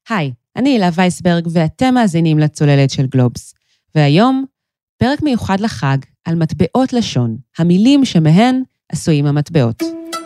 היי, אני הילה וייסברג ואתם מאזינים לצוללת של גלובס. והיום, פרק מיוחד לחג על מטבעות לשון, המילים שמהן עשויים המטבעות.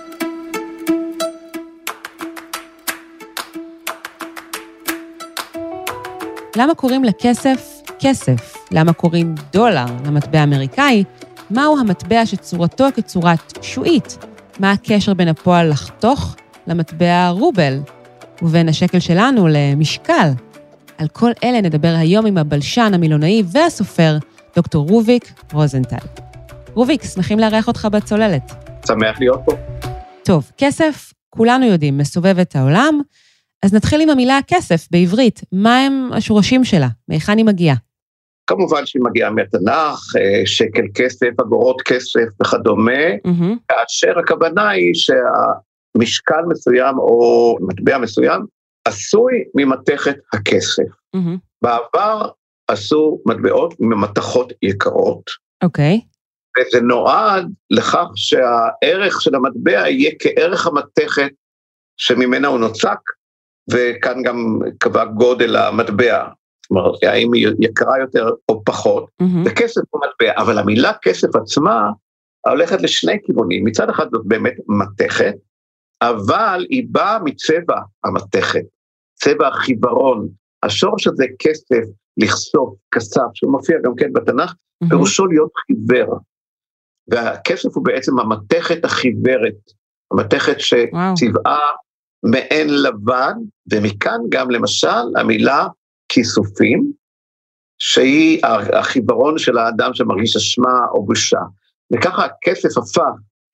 למה קוראים לכסף כסף? למה קוראים דולר למטבע האמריקאי? מהו המטבע שצורתו כצורת שועית? מה הקשר בין הפועל לחתוך למטבע רובל? ובין השקל שלנו למשקל. על כל אלה נדבר היום עם הבלשן, המילונאי והסופר, דוקטור רוביק רוזנטל. רוביק, שמחים לארח אותך בצוללת. שמח להיות פה. טוב, כסף, כולנו יודעים, מסובב את העולם, אז נתחיל עם המילה כסף בעברית. מה הם השורשים שלה? מהיכן היא מגיעה? כמובן שהיא מגיעה מהתנ"ך, שקל כסף, אגורות כסף וכדומה, כאשר הכוונה היא משקל מסוים או מטבע מסוים, עשוי ממתכת הכסף. בעבר עשו מטבעות ממתכות יקרות. אוקיי. וזה נועד לכך שהערך של המטבע יהיה כערך המתכת שממנה הוא נוצק, וכאן גם קבע גודל המטבע. זאת אומרת, האם היא יקרה יותר או פחות, וכסף הוא מטבע. אבל המילה כסף עצמה הולכת לשני כיוונים. מצד אחד זאת באמת מתכת, אבל היא באה מצבע המתכת, צבע החיוורון, השורש הזה כסף, לכסוף, כסף, שהוא מופיע גם כן בתנ"ך, פירושו להיות חיוור, והכסף הוא בעצם המתכת החיוורת, המתכת שצבעה מעין לבן, ומכאן גם למשל המילה כיסופים, שהיא החיוורון של האדם שמרגיש אשמה או בושה, וככה הכסף הפך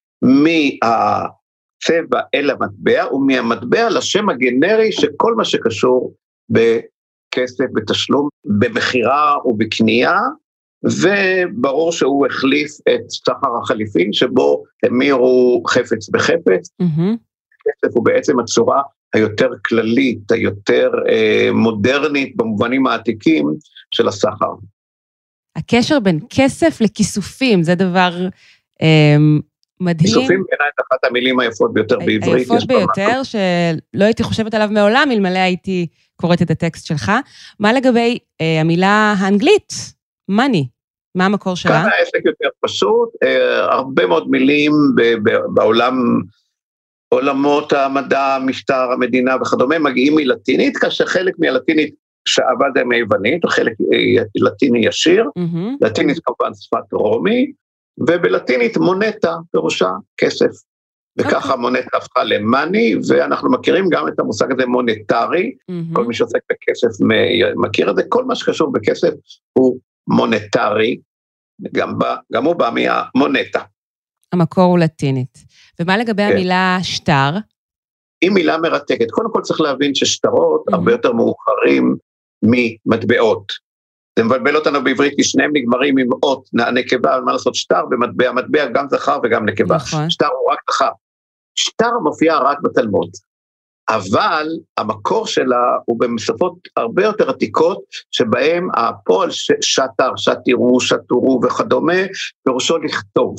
צבע אל המטבע, ומהמטבע לשם הגנרי שכל מה שקשור בכסף, בתשלום, במחירה ובקנייה, וברור שהוא החליף את סחר החליפין, שבו המירו חפץ בחפץ. כסף הוא בעצם הצורה היותר כללית, היותר מודרנית, במובנים העתיקים של הסחר. הקשר בין כסף לכיסופים, זה דבר מדהים. כיסופים בעיניי את אחת המילים היפות ביותר בעברית. היפות ביותר, שלא הייתי חושבת עליו מעולם, אלמלא הייתי קוראת את הטקסט שלך. מה לגבי המילה האנגלית? money, מה המקור שלה? כאן העסק יותר פשוט, הרבה מאוד מילים בעולם, עולמות המדע, המשטר, המדינה וכדומה, מגיעים מלטינית, כאשר חלק מהלטינית שעבד מהיוונית, או חלק לטיני ישיר, לטינית כמובן שפת רומי, ובלטינית מונטה, פירושה כסף. וככה מונטה הפכה למאני, ואנחנו מכירים גם את המושג הזה מונטרי, כל מי שעוסק בכסף מכיר את זה, כל מה שקשור בכסף הוא מונטרי, גם הוא בא מהמונטה. המקור הוא לטינית. ומה לגבי המילה שטר? היא מילה מרתקת. קודם כל צריך להבין ששטרות הרבה יותר מאוחרים ממטבעות. זה מבלבל אותנו בעברית, כי שניהם נגמרים עם אות, נקבה, אבל מה לעשות, שטר במטבע, מטבע גם זכר וגם נקבה. נכון. שטר הוא רק זכר. שטר מופיע רק בתלמוד, אבל המקור שלה הוא בשפות הרבה יותר עתיקות, שבהם הפועל שטר, שתירו, שטורו וכדומה, פירושו לכתוב.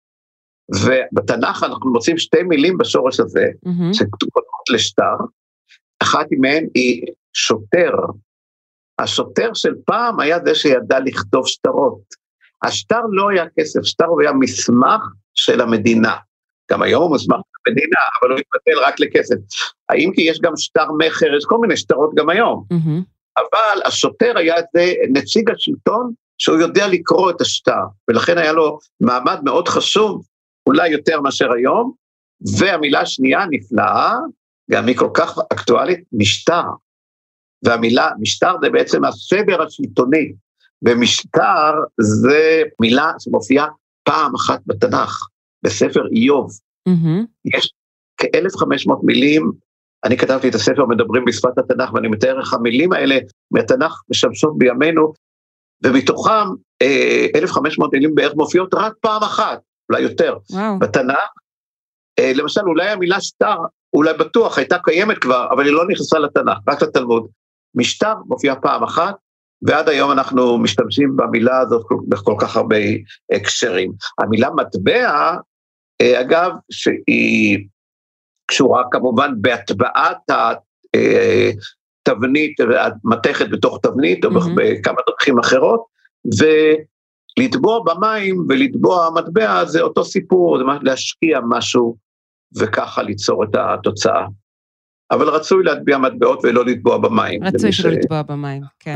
ובתנ"ך אנחנו מוצאים שתי מילים בשורש הזה, שכתובות לשטר, אחת מהן היא שוטר, השוטר של פעם היה זה שידע לכתוב שטרות. השטר לא היה כסף, שטר הוא היה מסמך של המדינה. גם היום הוא מסמך של המדינה, אבל הוא מתבטל רק לכסף. האם כי יש גם שטר מחר, יש כל מיני שטרות גם היום. אבל השוטר היה זה נציג השלטון, שהוא יודע לקרוא את השטר, ולכן היה לו מעמד מאוד חשוב, אולי יותר מאשר היום, והמילה השנייה נפלאה, גם היא כל כך אקטואלית, משטר. והמילה משטר זה בעצם הסדר השלטוני, ומשטר זה מילה שמופיעה פעם אחת בתנ"ך, בספר איוב. יש כ-1500 מילים, אני כתבתי את הספר מדברים בשפת התנ"ך, ואני מתאר איך המילים האלה מהתנ"ך משמשות בימינו, ומתוכם 1500 מילים בערך מופיעות רק פעם אחת, אולי יותר, בתנ"ך. למשל אולי המילה שטר, אולי בטוח הייתה קיימת כבר, אבל היא לא נכנסה לתנ"ך, רק לתלמוד. משטר מופיע פעם אחת, ועד היום אנחנו משתמשים במילה הזאת בכל כך הרבה הקשרים. המילה מטבע, אגב, שהיא קשורה כמובן בהטבעת תבנית, מתכת בתוך תבנית, או בכמה דרכים אחרות, ולטבוע במים ולטבוע מטבע, זה אותו סיפור, זה להשקיע משהו, וככה ליצור את התוצאה. אבל רצוי להטביע מטבעות ולא לטבוע במים. רצוי שלא לטבוע במים, כן.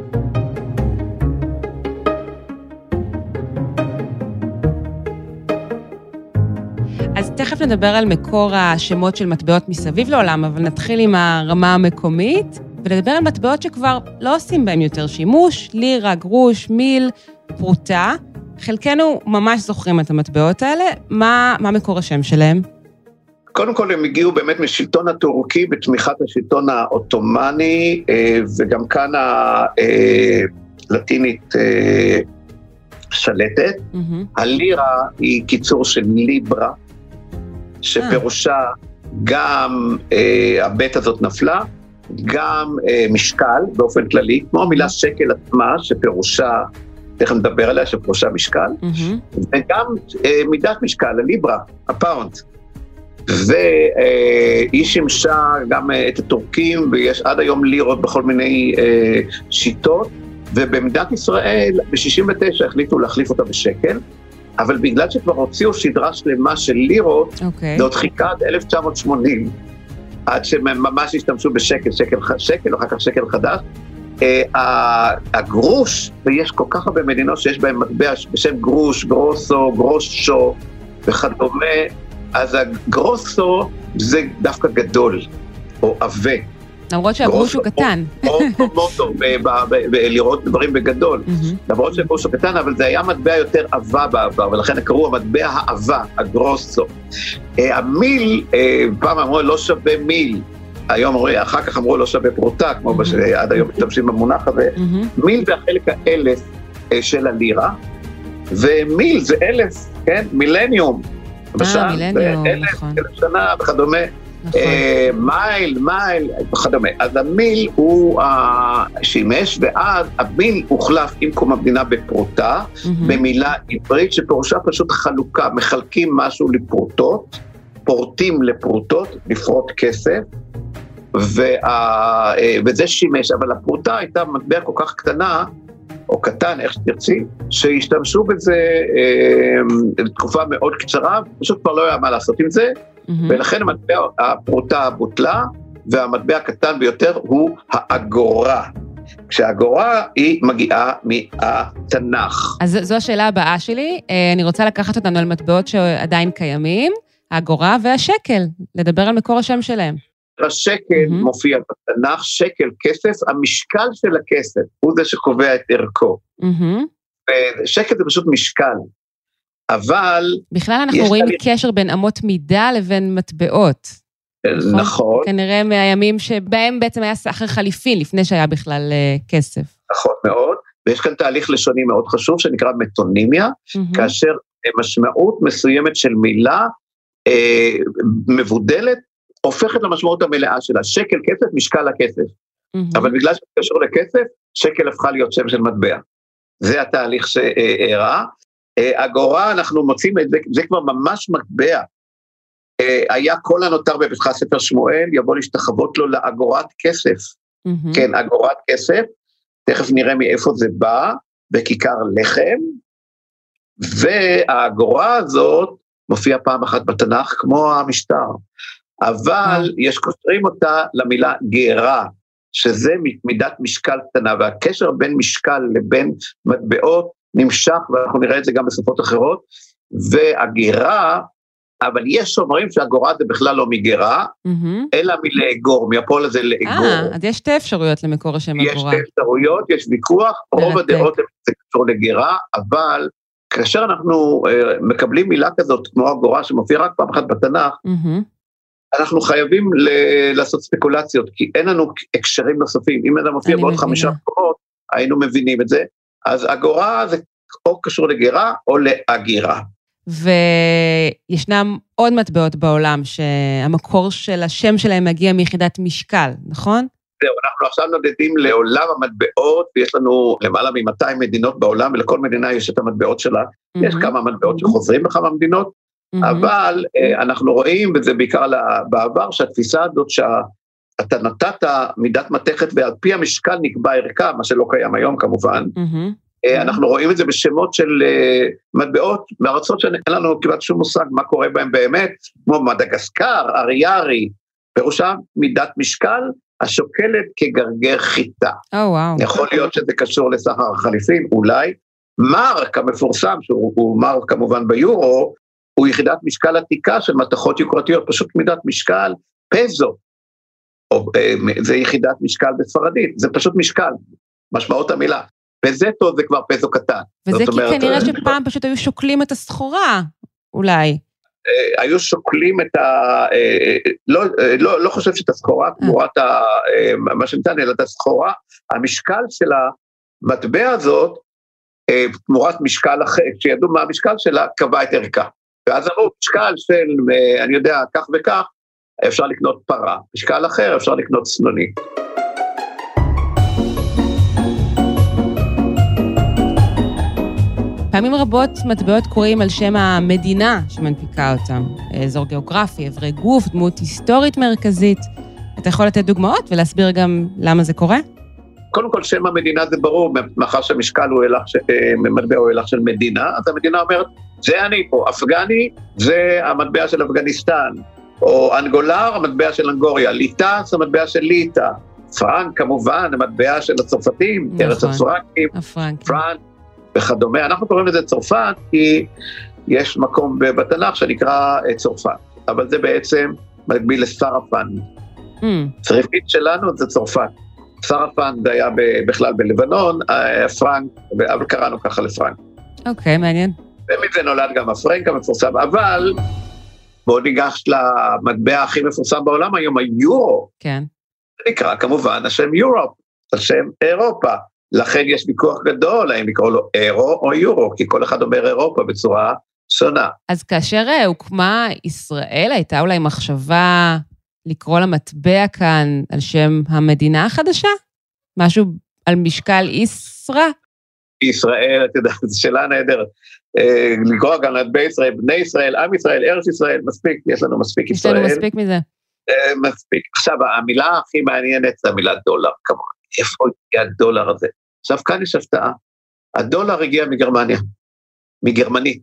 אז תכף נדבר על מקור השמות של מטבעות מסביב לעולם, אבל נתחיל עם הרמה המקומית, ולדבר על מטבעות שכבר לא עושים בהם יותר שימוש, לירה, גרוש, מיל, פרוטה. חלקנו ממש זוכרים את המטבעות האלה. מה מקור השם שלהם? קודם כל הם הגיעו באמת משלטון הטורקי, בתמיכת השלטון העות'מאני, וגם כאן הלטינית שלטת. הלירה היא קיצור של ליברה, שפירושה גם הבית הזאת נפלה, גם משקל באופן כללי, כמו המילה שקל עצמה, שפירושה, תכף נדבר עליה, שפירושה משקל, וגם מידת משקל, הליברה, הפאונד. והיא שימשה גם את הטורקים, ויש עד היום לירות בכל מיני שיטות, ובמדינת ישראל ב-69 החליטו להחליף אותה בשקל, אבל בגלל שכבר הוציאו סדרה שלמה של לירות, זה עוד חיכה עד 1980, עד שממש השתמשו בשקל, שקל, ואחר כך שקל חדש. הגרוש, ויש כל כך הרבה מדינות שיש בהן מטבע בשם גרוש, גרוסו, גרושו וכדומה, אז הגרוסו זה דווקא גדול, או עבה. למרות שהגרוש הוא קטן. או מוטו, לראות דברים בגדול. למרות שהגרוש הוא קטן, אבל זה היה מטבע יותר עבה בעבר, ולכן קראו המטבע העבה, הגרוסו. המיל, פעם אמרו לא שווה מיל, היום אמרו, אחר כך אמרו לא שווה פרוטה, כמו שעד היום משתמשים במונח הזה. מיל זה החלק האלף של הלירה, ומיל זה 1000, כן? מילניום. מילניום, נכון. 1000 שנה וכדומה. מייל וכדומה. אז המיל הוא שימש, ואז המיל הוחלף עם קום המדינה בפרוטה, במילה עברית שפירושה פשוט חלוקה, מחלקים משהו לפרוטות, פורטים לפרוטות, לפרוט כסף, וזה שימש, אבל הפרוטה הייתה מטבע כל כך קטנה, או קטן, איך שתרצי, שהשתמשו בזה לתקופה מאוד קצרה, פשוט כבר לא היה מה לעשות עם זה, ולכן הפרוטה בוטלה, והמטבע הקטן ביותר הוא האגורה. כשהאגורה היא מגיעה מהתנ"ך. אז זו השאלה הבאה שלי, אני רוצה לקחת אותנו על מטבעות שעדיין קיימים, האגורה והשקל, לדבר על מקור השם שלהם. השקל מופיע בתנ"ך, שקל כסף, המשקל של הכסף הוא זה שקובע את ערכו. ושקל זה פשוט משקל. אבל... בכלל אנחנו רואים קשר בין אמות מידה לבין מטבעות. נכון. כנראה מהימים שבהם בעצם היה סחר חליפין, לפני שהיה בכלל כסף. נכון מאוד, ויש כאן תהליך לשוני מאוד חשוב, שנקרא מטונימיה, כאשר משמעות מסוימת של מילה מבודלת, הופכת למשמעות המלאה שלה, שקל כסף, משקל הכסף. אבל בגלל שזה קשור לכסף, שקל הפכה להיות שם של מטבע. זה התהליך שהראה. אגורה, אנחנו מוצאים את זה, זה כבר ממש מטבע. היה כל הנותר בפתחה ספר שמואל, יבוא להשתחוות לו לאגורת כסף. כן, אגורת כסף, תכף נראה מאיפה זה בא, בכיכר לחם, והאגורה הזאת מופיעה פעם אחת בתנ"ך כמו המשטר. אבל יש קושרים אותה למילה גרה, שזה מידת משקל קטנה, והקשר בין משקל לבין מטבעות נמשך, ואנחנו נראה את זה גם בשפות אחרות, והגרה, אבל יש אומרים שהגורה זה בכלל לא מגרה, אלא מלאגור, מהפועל הזה לאגור. אז יש שתי אפשרויות למקור השם הגורה. יש שתי אפשרויות, יש ויכוח, רוב הדעות זה קשור לגרה, אבל כאשר אנחנו מקבלים מילה כזאת, כמו הגורה שמופיעה רק פעם אחת בתנ"ך, אנחנו חייבים לעשות ספקולציות, כי אין לנו הקשרים נוספים. אם זה מופיע בעוד 5 מקומות, היינו מבינים את זה. אז אגורה זה או קשור לגרה או לאגירה. וישנם עוד מטבעות בעולם שהמקור של השם שלהם מגיע מיחידת משקל, נכון? זהו, אנחנו עכשיו נודדים לעולם המטבעות, ויש לנו למעלה מ-200 מדינות בעולם, ולכל מדינה יש את המטבעות שלה. יש כמה מטבעות שחוזרים לכמה מדינות, אבל אנחנו רואים, וזה בעיקר בעבר, שהתפיסה הזאת אתה נתת מידת מתכת, ועל פי המשקל נקבע ערכה, מה שלא קיים היום כמובן. אנחנו רואים את זה בשמות של מטבעות, מארצות שאין לנו כמעט שום מושג מה קורה בהם באמת, כמו מדגסקר, אריארי, פירושם מידת משקל, השוקלת כגרגר חיטה. יכול להיות שזה קשור לסחר החליפין, אולי. מרק המפורסם, שהוא מרק כמובן ביורו, הוא יחידת משקל עתיקה של מתכות יוקרתיות, פשוט מידת משקל, פזו, זה יחידת משקל בספרדית, זה פשוט משקל, משמעות המילה. פזטו זה כבר פזו קטן. וזה כי כנראה שפעם פשוט היו שוקלים את הסחורה, אולי. היו שוקלים את לא חושב שאת הסחורה, תמורת מה שניתן, אלא את הסחורה, המשקל של המטבע הזאת, תמורת משקל אחר, כשידעו מה המשקל שלה, קבע את ערכה. ואז אמרו, משקל של, אני יודע, כך וכך, אפשר לקנות פרה, משקל אחר אפשר לקנות סנונית. פעמים רבות מטבעות קוראים על שם המדינה שמנפיקה אותם, אזור גיאוגרפי, אברי גוף, דמות היסטורית מרכזית. אתה יכול לתת דוגמאות ולהסביר גם למה זה קורה? קודם כל שם המדינה זה ברור, מאחר שהמשקל הוא מטבע הוא הילך של מדינה, אז המדינה אומרת, זה אני פה, אפגני, זה המטבע של אפגניסטן, או אנגולר, המטבע של אנגוריה, ליטס, המטבע של ליטה, פרנק כמובן, המטבע של הצרפתים, ארץ הפרנקים, פרנק וכדומה. אנחנו קוראים לזה צרפת, כי יש מקום בתנ"ך שנקרא צרפת, אבל זה בעצם מקביל לסרפן. צריפית שלנו זה צרפת. סרפן זה היה בכלל בלבנון, פרנק, אבל קראנו ככה לפרנק. אוקיי, מעניין. ומזה נולד גם הפרנק המפורסם, אבל בואו ניגש למטבע הכי מפורסם בעולם היום, היורו. כן. זה נקרא כמובן השם יורופ, השם אירופה. לכן יש ויכוח גדול, האם לקרוא לו אירו או יורו, כי כל אחד אומר אירופה בצורה שונה. אז כאשר הוקמה ישראל, הייתה אולי מחשבה לקרוא למטבע כאן על שם המדינה החדשה? משהו על משקל ישרא? ישראל, אתה יודע, זו שאלה נהדרת. לקרוא גם למטבע ישראל, בני ישראל, עם ישראל, ארץ ישראל, מספיק, יש לנו מספיק ישראל. יש לנו מספיק מזה. מספיק. עכשיו, המילה הכי מעניינת זה המילה דולר, כמובן. איפה הגיע הדולר הזה? עכשיו, כאן יש הפתעה. הדולר הגיע מגרמניה, מגרמנית,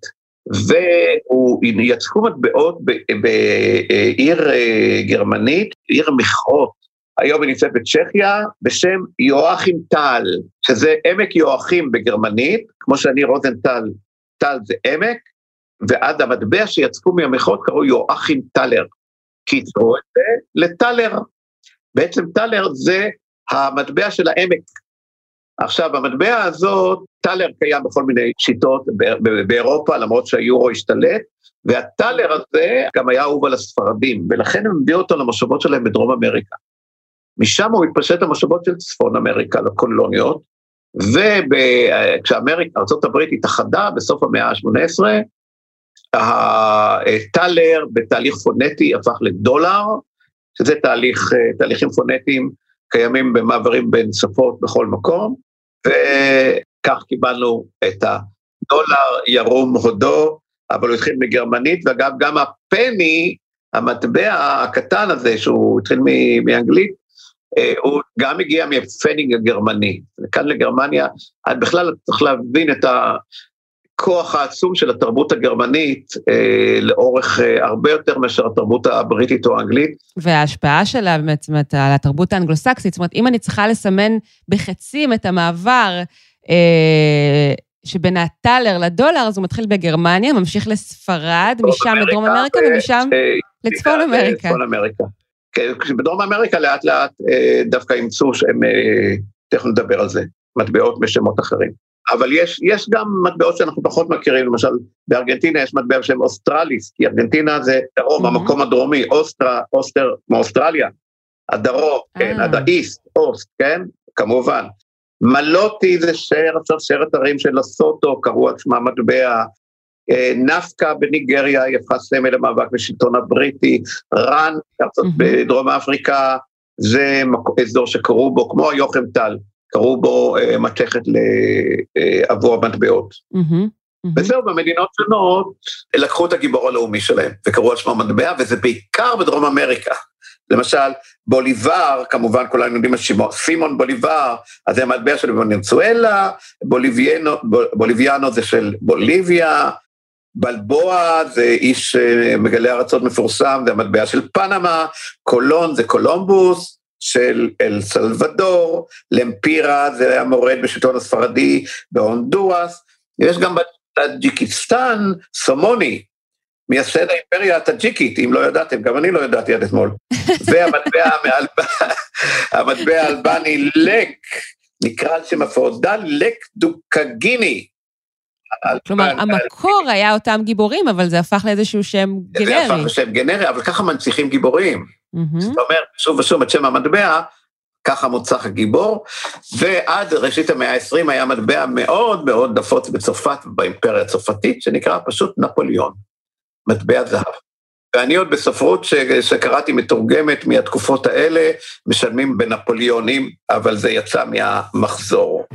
ויצקו מטבעות בעיר גרמנית, עיר מכרות, היום היא נמצאת בצ'כיה, בשם יואכים טל, שזה עמק יואכים בגרמנית, כמו שאני רוזנטל, טל זה עמק, ועד המטבע שיצקו מהמכרות קראו יואכים טלר, קיצרו את זה לטלר, בעצם טלר זה המטבע של העמק, עכשיו המטבע הזאת, טלר קיים בכל מיני שיטות באירופה, למרות שהיורו השתלט, והטלר הזה גם היה אהוב על הספרדים, ולכן הם הביאו אותו למושבות שלהם בדרום אמריקה. משם הוא התפשט למושבות של צפון אמריקה, לקולוניות, וכשארצות הברית התאחדה בסוף המאה ה-18, הטלר בתהליך פונטי הפך לדולר, שזה תהליכים פונטיים קיימים במעברים בין שפות בכל מקום, וכך קיבלנו את הדולר ירום הודו, אבל הוא התחיל מגרמנית, ואגב גם הפני, המטבע הקטן הזה, שהוא התחיל מאנגלית, הוא גם הגיע מהפנינג הגרמני, וכאן לגרמניה, בכלל צריך להבין את הכוח העצום של התרבות הגרמנית, לאורך הרבה יותר מאשר התרבות הבריטית או האנגלית. וההשפעה שלה באמת על התרבות האנגלוסקסית, זאת אומרת, אם אני צריכה לסמן בחצים את המעבר, שבין הטלר לדולר, אז הוא מתחיל בגרמניה, ממשיך לספרד, משם לדרום אמריקה, ומשם לצפון אמריקה. לצפון אמריקה. בדרום אמריקה לאט לאט דווקא ימצאו שהם, תכף נדבר על זה, מטבעות בשמות אחרים. אבל יש גם מטבעות שאנחנו פחות מכירים, למשל בארגנטינה יש מטבע בשם אוסטרליס, כי ארגנטינה זה דרום, המקום הדרומי, אוסטר, כמו אוסטרליה, הדרום, כן, האיסט, אוסט, כן, כמובן. מלוטי זה שרשרת ערים של הסוטו, קראו על שמה מטבע, נפקה בניגריה, היא הפכה סמל למאבק בשלטון הבריטי, רן, בדרום אפריקה, זה אזור שקראו בו, כמו היוחם טל, קראו בו מתכת עבור המטבעות. וזהו, במדינות שונות, לקחו את הגיבור הלאומי שלהם, וקראו על שמה מטבע, וזה בעיקר בדרום אמריקה, למשל, בוליבר, כמובן כולנו יודעים את סימון בוליבר, אז זה המטבע של ונצואלה, בוליביאנו זה של בוליביה, בלבוע זה איש מגלה ארצות מפורסם, זה המטבע של פנמה, קולון זה קולומבוס, של אל סלבדור, למפירה זה המורד בשלטון הספרדי בהונדורס, יש גם בטאג'יקיסטן סומוני, מייסד האימפריה הטאג'יקית, אם לא ידעתם, גם אני לא ידעתי עד אתמול, והמטבע האלבני לק, נקרא על שם הפרודה לק דוקגיני. כלומר, המקור היה אותם גיבורים, אבל זה הפך לאיזשהו שם גנרי. זה הפך לשם גנרי, אבל ככה מנציחים גיבורים. זאת אומרת, שוב ושוב את שם המטבע, ככה מוצח הגיבור, ועד ראשית המאה ה-20 היה מטבע מאוד מאוד נפוץ בצרפת, באימפריה הצרפתית, שנקרא פשוט נפוליאון, מטבע זהב. ואני עוד בספרות שקראתי מתורגמת מהתקופות האלה, משלמים בנפוליונים, אבל זה יצא מהמחזור.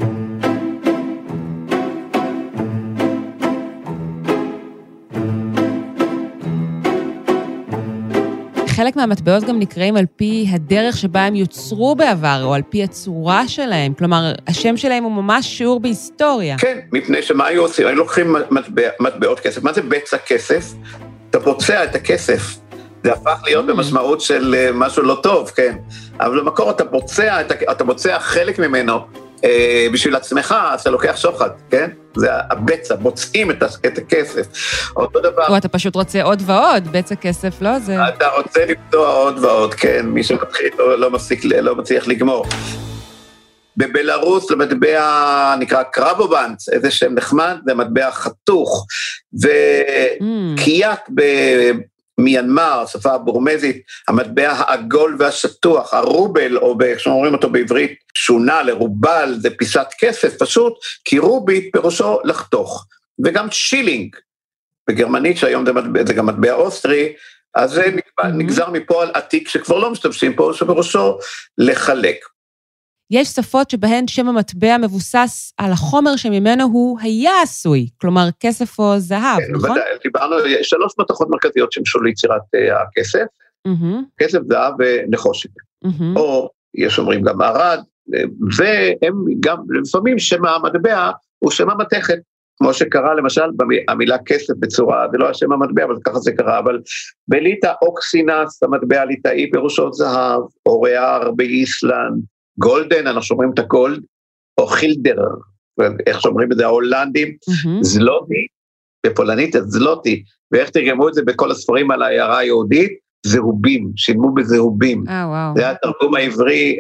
חלק מהמטבעות גם נקראים על פי הדרך שבה הם יוצרו בעבר, או על פי הצורה שלהם. כלומר, השם שלהם הוא ממש שיעור בהיסטוריה. כן, מפני שמה היו עושים? היו לוקחים מטבעות כסף. מה זה בצע כסף? אתה בוצע את הכסף. זה הפך להיות במשמעות של משהו לא טוב, כן. אבל במקור אתה בוצע חלק ממנו בשביל עצמך, אז אתה לוקח שוחד, כן? זה הבצע, בוצעים את הכסף. אותו דבר... או אתה פשוט רוצה עוד ועוד, בצע כסף, לא? זה... אתה רוצה לפתוח עוד ועוד, כן, מי שמתחיל לא מצליח לגמור. בבלרוס למטבע נקרא קרבובנץ, איזה שם נחמד, זה מטבע חתוך, וקיאק מיינמר, השפה הבורמזית, המטבע העגול והשטוח, הרובל, או איך שאומרים אותו בעברית, שונה לרובל, זה פיסת כסף פשוט, כי רובי פירושו לחתוך, וגם שילינג, בגרמנית שהיום זה גם מטבע אוסטרי, אז זה נגזר מפה על עתיק שכבר לא משתמשים פה, שפירושו לחלק. יש שפות שבהן שם המטבע מבוסס על החומר שממנו הוא היה עשוי, כלומר כסף או זהב, כן, נכון? ודאי, דיברנו, 3 מתכות מרכזיות שמשו ליצירת הכסף, כסף, זהב ונחושת, או יש אומרים גם ערד, והם גם לפעמים שם המטבע הוא שם המתכת, כמו שקרה למשל המילה כסף בצורה, זה לא השם המטבע, אבל ככה זה קרה, אבל בליטא אוקסינס, המטבע הליטאי פירושו זהב, אוריאר באיסלנד, גולדן, אנחנו שומרים את הגולד, או חילדר, איך שומרים את זה, ההולנדים, זלוטי, בפולנית זלוטי, ואיך תרגמו את זה בכל הספרים על העיירה היהודית, זהובים, שילמו בזהובים. זה התרגום העברי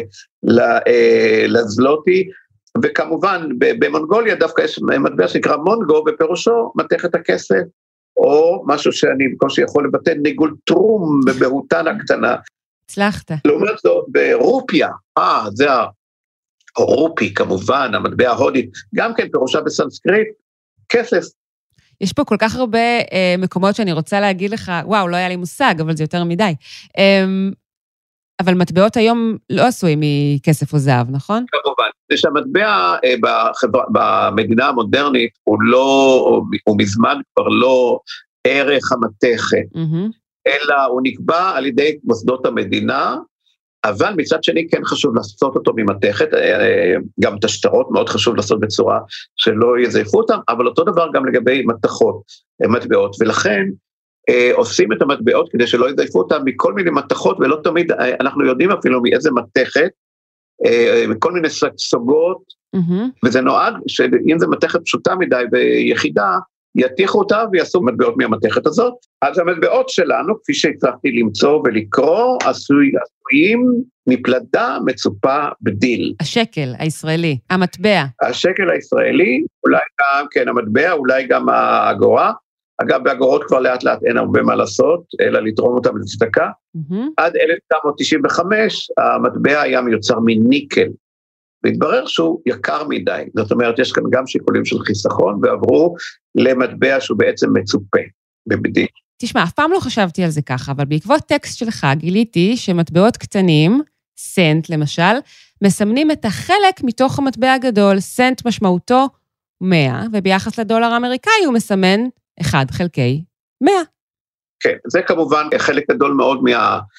לזלוטי, וכמובן במונגוליה דווקא יש מטבע שנקרא מונגו, בפירושו מתכת הכסף, או משהו שאני בקושי יכול לבטא, ניגול טרום בבהותן הקטנה, הצלחת. לעומת זאת, ברופיה, זה הרופי כמובן, המטבע ההודית, גם כן פירושה בסנסקריט, כסף. יש פה כל כך הרבה מקומות שאני רוצה להגיד לך, וואו, לא היה לי מושג, אבל זה יותר מדי. אבל מטבעות היום לא עשויים מכסף או זהב, נכון? כמובן. זה שהמטבע במדינה המודרנית, הוא מזמן כבר לא ערך המתכת, אלא הוא נקבע על ידי מוסדות המדינה, אבל מצד שני כן חשוב לעשות אותו ממתכת, גם את השטרות מאוד חשוב לעשות בצורה שלא יזייפו אותם, אבל אותו דבר גם לגבי מטבעות, ולכן עושים את המטבעות כדי שלא יזייפו אותם מכל מיני מתכות, ולא תמיד אנחנו יודעים אפילו מאיזה מתכת, מכל מיני סוגות, וזה נועד שאם זה מתכת פשוטה מדי ויחידה, יתיחו אותה ויעשו מטבעות מהמתכת הזאת. אז המטבעות שלנו, כפי שהצלחתי למצוא ולקרוא, עשויים מפלדה מצופה בדיל. השקל הישראלי, המטבע. השקל הישראלי, אולי גם, כן, המטבע, אולי גם האגורה. אגב, באגורות כבר לאט לאט אין הרבה מה לעשות, אלא לתרום אותם לצדקה. עד 1995, המטבע היה מיוצר מניקל. והתברר שהוא יקר מדי, זאת אומרת, יש כאן גם שיקולים של חיסכון, ועברו למטבע שהוא בעצם מצופה, בבדיל. תשמע, אף פעם לא חשבתי על זה ככה, אבל בעקבות טקסט שלך גיליתי שמטבעות קטנים, סנט למשל, מסמנים את החלק מתוך המטבע הגדול, סנט משמעותו 100, וביחס לדולר האמריקאי הוא מסמן 1 חלקי 100. כן, זה כמובן חלק גדול מאוד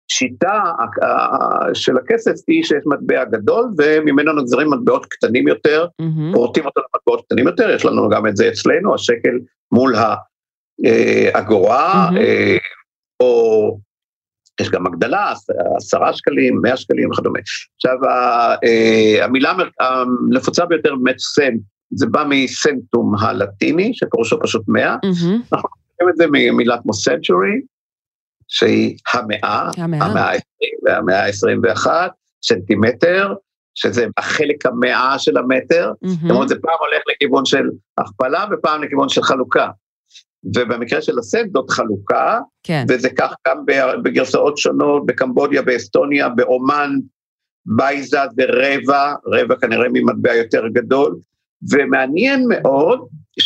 השיטה של הכסף היא שיש מטבע גדול, וממנו נגזרים מטבעות קטנים יותר, פורטים אותו למטבעות קטנים יותר, יש לנו גם את זה אצלנו, השקל מול האגורה, או יש גם הגדלה, 10 שקלים, 100 שקלים וכדומה. עכשיו, המילה הנפוצה ביותר באמת סנט, זה בא מסנטום הלטיני, שפירושו פשוט 100, אנחנו קוראים את זה ממילה כמו century, שהיא המאה ה-20 והמאה ה-21, סנטימטר, שזה החלק המאה של המטר, זאת אומרת, זה פעם הולך לכיוון של הכפלה, ופעם לכיוון של חלוקה. ובמקרה של הסנט זאת חלוקה, וזה כך גם בגרסאות שונות, בקמבודיה, באסטוניה, באומן, בייזה ורבע כנראה ממטבע יותר גדול, ומעניין מאוד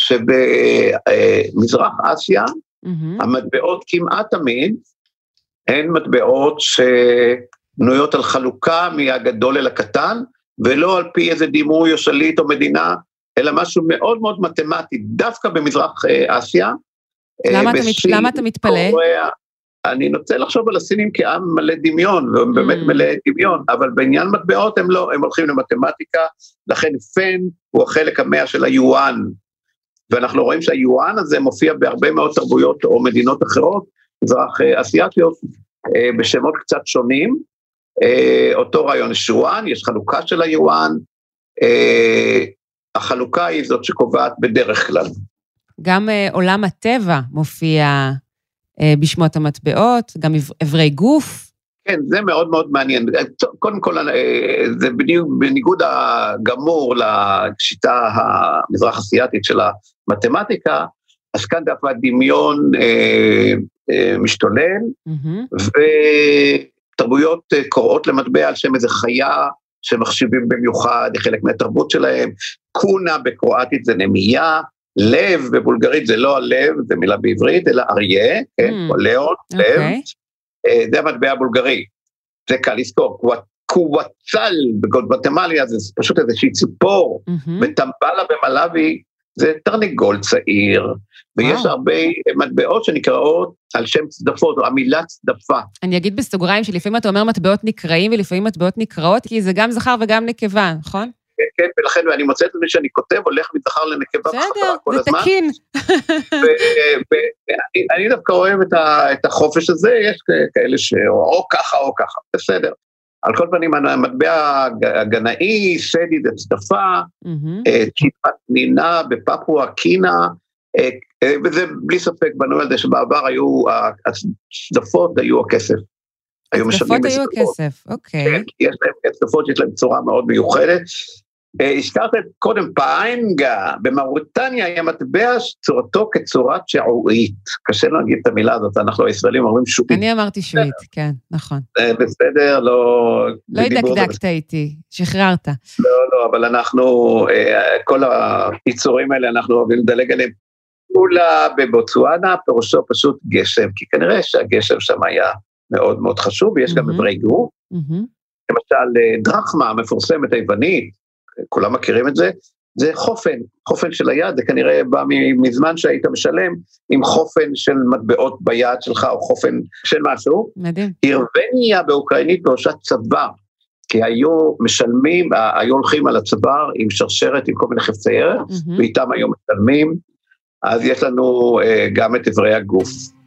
שבמזרח אסיה, המטבעות כמעט תמיד, הן מטבעות שבנויות על חלוקה מהגדול אל הקטן, ולא על פי איזה דימוי או שליט או מדינה, אלא משהו מאוד מאוד מתמטי, דווקא במזרח אסיה. למה אתה מתפלא? אני נוצא לחשוב על הסינים כעם מלא דמיון, והם באמת מלא דמיון, אבל בעניין מטבעות הם לא, הם הולכים למתמטיקה, לכן פן הוא החלק המאה של היואן, ואנחנו רואים שהיואן הזה מופיע בהרבה מאוד תרבויות או מדינות אחרות, מזרח אסיאטיות, בשמות קצת שונים, אותו רעיון שואן, יש חלוקה של היואן, החלוקה היא זאת שקובעת בדרך כלל. גם עולם הטבע מופיע בשמות המטבעות, גם עברי גוף. כן, זה מאוד מאוד מעניין. קודם כל, זה בניגוד הגמור לשיטה המזרח אסיאטית של המתמטיקה, אז כאן דווקא הדמיון משתולל, ותרבויות קוראות למטבע על שם איזה חיה, שמחשיבים במיוחד, חלק מהתרבות שלהם, קונה בקרואטית זה נמייה, לב בבולגרית זה לא הלב, זה מילה בעברית, אלא אריה, כן, או ליאון, לב, זה המטבע הבולגרי, זה קל לזכור, קוואצל בגוטמליה, זה פשוט איזושהי ציפור, וטמבלה במלאבי, זה תרנגול צעיר, ויש הרבה מטבעות שנקראות על שם צדפות, או המילה צדפה. אני אגיד בסוגריים שלפעמים אתה אומר מטבעות נקראים, ולפעמים מטבעות נקראות, כי זה גם זכר וגם נקבה, נכון? כן, ולכן אני מוצא את זה שאני כותב, הולך מזכר לנקבה בחזרה כל הזמן. בסדר, זה תקין. אני דווקא אוהב את החופש הזה, יש כאלה או ככה או ככה, בסדר. על כל פנים, המטבע הגנאי, סדי זה צדפה, צ'יפת נינה בפפואה קינה, וזה בלי ספק בנו על זה שבעבר היו, הצדפות היו הכסף. הצדפות היו הכסף, אוקיי. כן, יש להם הצדפות, יש להם צורה מאוד מיוחדת. הזכרת קודם פיינגה, במאוריטניה היה מטבע צורתו כצורת שעועית. קשה להגיד את המילה הזאת, אנחנו הישראלים אומרים שועית. אני אמרתי שועית, כן, נכון. בסדר, לא... לא הדקדקת איתי, שחררת. לא, אבל אנחנו, כל היצורים האלה, אנחנו אוהבים לדלג עליהם. אולה בבוצואנה, פירושו פשוט גשם, כי כנראה שהגשם שם היה מאוד מאוד חשוב, ויש גם עברי גוף. למשל, דרחמה, המפורסמת היוונית, כולם מכירים את זה, זה חופן של היד, זה כנראה בא מזמן שהיית משלם, עם חופן של מטבעות ביד שלך, או חופן של משהו. מדהים. הירווניה באוקראינית בהושט צוואר, כי היו משלמים, היו הולכים על הצוואר עם שרשרת, עם כל מיני חפצי ערך, ואיתם היו משלמים, אז יש לנו גם את עברי הגוף.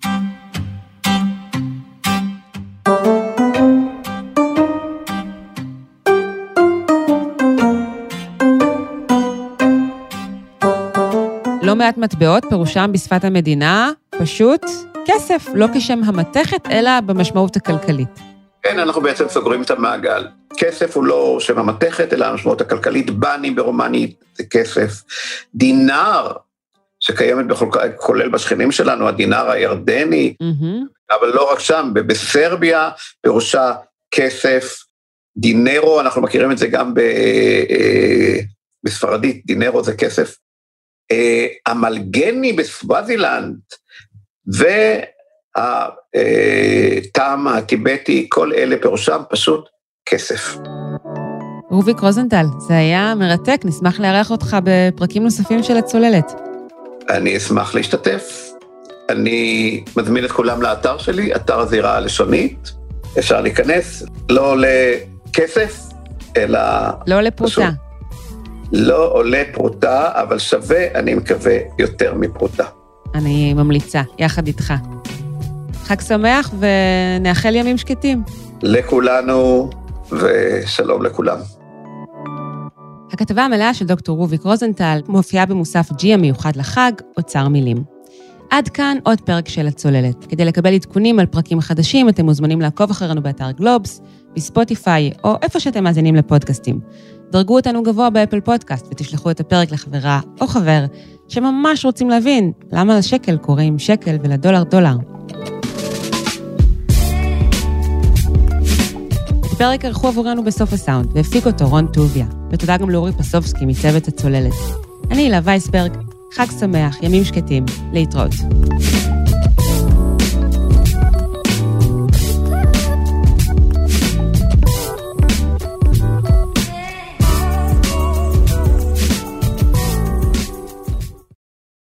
לא מעט מטבעות, פירושם בשפת המדינה, פשוט כסף, לא כשם המתכת, אלא במשמעות הכלכלית. כן, אנחנו בעצם סוגרים את המעגל. כסף הוא לא שם המתכת, אלא המשמעות הכלכלית, בני ברומנית זה כסף. דינר, שקיימת כולל בשכנים שלנו, הדינר הירדני, אבל לא רק שם, בסרביה, פירושה כסף, דינרו, אנחנו מכירים את זה גם בספרדית, דינרו זה כסף. המלגני בסווזילנד, והטעם הטיבטי, כל אלה פירושם פשוט כסף. רוביק רוזנטל, זה היה מרתק, נשמח לארח אותך בפרקים נוספים של הצוללת. אני אשמח להשתתף. אני מזמין את כולם לאתר שלי, אתר הזירה הלשונית, אפשר להיכנס, לא עולה כסף, אלא... לא עולה פרוטה. לא עולה פרוטה, אבל שווה, אני מקווה, יותר מפרוטה. אני ממליצה, יחד איתך. חג שמח ונאחל ימים שקטים. לכולנו, ושלום לכולם. הכתבה המלאה של דוקטור רוביק רוזנטל מופיעה במוסף G המיוחד לחג, אוצר מילים. עד כאן עוד פרק של הצוללת. כדי לקבל עדכונים על פרקים חדשים, אתם מוזמנים לעקוב אחרינו באתר גלובס, בספוטיפיי, או איפה שאתם מאזינים לפודקאסטים. דרגו אותנו גבוה באפל פודקאסט, ותשלחו את הפרק לחברה או חבר, שממש רוצים להבין למה לשקל קוראים שקל ולדולר דולר. את הפרק ערכו עבורנו בסוף הסאונד, והפיק אותו רון טוביה. ותודה גם לאורי פסובסקי מצוות הצוללת. אני הילה וייסברג, חג שמח, ימים שקטים, להתראות.